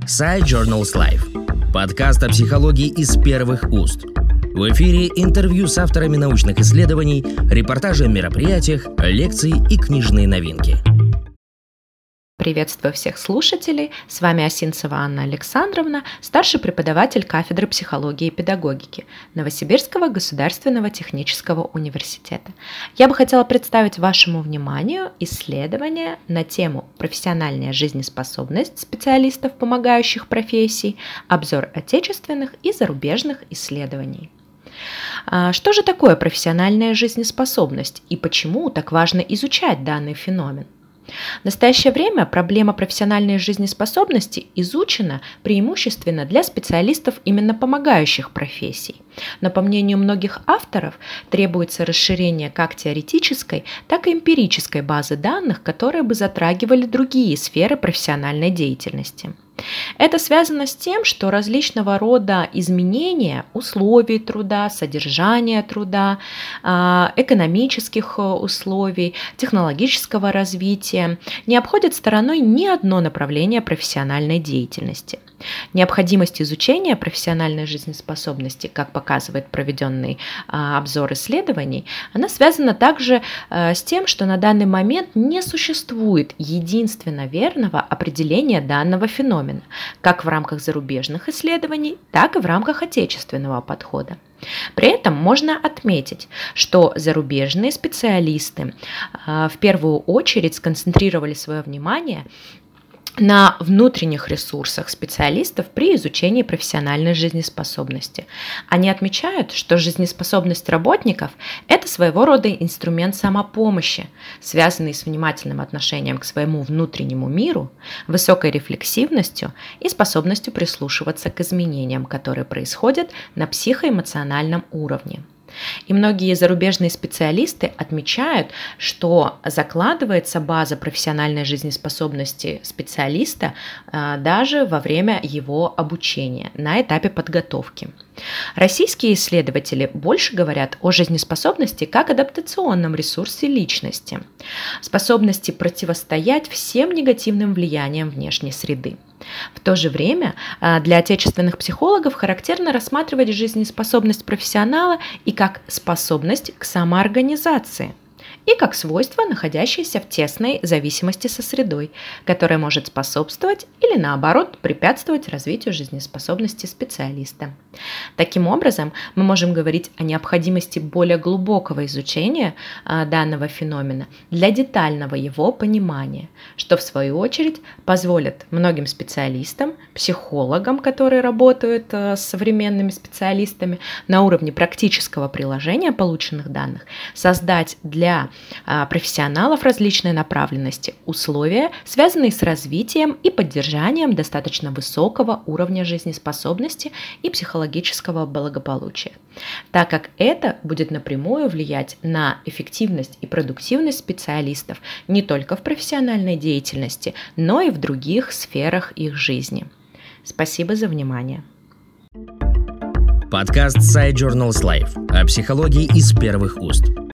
Side Journals Life. Подкаст о психологии из первых уст. В эфире интервью с авторами научных исследований, репортажи о мероприятиях, лекции и книжные новинки. Приветствую всех слушателей. С вами Осинцева Анна Александровна, старший преподаватель кафедры психологии и педагогики Новосибирского государственного технического университета. Я бы хотела представить вашему вниманию исследование на тему «Профессиональная жизнеспособность специалистов помогающих профессий. Обзор отечественных и зарубежных исследований». Что же такое профессиональная жизнеспособность и почему так важно изучать данный феномен? В настоящее время проблема профессиональной жизнеспособности изучена преимущественно для специалистов именно помогающих профессий. Но по мнению многих авторов требуется расширение как теоретической, так и эмпирической базы данных, которые бы затрагивали другие сферы профессиональной деятельности. Это связано с тем, что различного рода изменения условий труда, содержания труда, экономических условий, технологического развития не обходят стороной ни одно направление профессиональной деятельности. Необходимость изучения профессиональной жизнеспособности, как показывает проведенный обзор исследований, она связана также с тем, что на данный момент не существует единственно верного определения данного феномена, как в рамках зарубежных исследований, так и в рамках отечественного подхода. При этом можно отметить, что зарубежные специалисты в первую очередь сконцентрировали свое внимание на внутренних ресурсах специалистов при изучении профессиональной жизнеспособности. Они отмечают, что жизнеспособность работников – это своего рода инструмент самопомощи, связанный с внимательным отношением к своему внутреннему миру, высокой рефлексивностью и способностью прислушиваться к изменениям, которые происходят на психоэмоциональном уровне. И многие зарубежные специалисты отмечают, что закладывается база профессиональной жизнеспособности специалиста даже во время его обучения, на этапе подготовки. Российские исследователи больше говорят о жизнеспособности как адаптационном ресурсе личности, способности противостоять всем негативным влияниям внешней среды. В то же время для отечественных психологов характерно рассматривать жизнеспособность профессионала и как способность к самоорганизации, и как свойство, находящееся в тесной зависимости со средой, которая может способствовать или, наоборот, препятствовать развитию жизнеспособности специалиста. Таким образом, мы можем говорить о необходимости более глубокого изучения данного феномена для детального его понимания, что, в свою очередь, позволит многим специалистам, психологам, которые работают с современными специалистами на уровне практического приложения полученных данных, создать для профессионалов различной направленности условия, связанные с развитием и поддержанием достаточно высокого уровня жизнеспособности и психологического благополучия, так как это будет напрямую влиять на эффективность и продуктивность специалистов не только в профессиональной деятельности, но и в других сферах их жизни. Спасибо за внимание. Подкаст Side Journals Life о психологии из первых уст.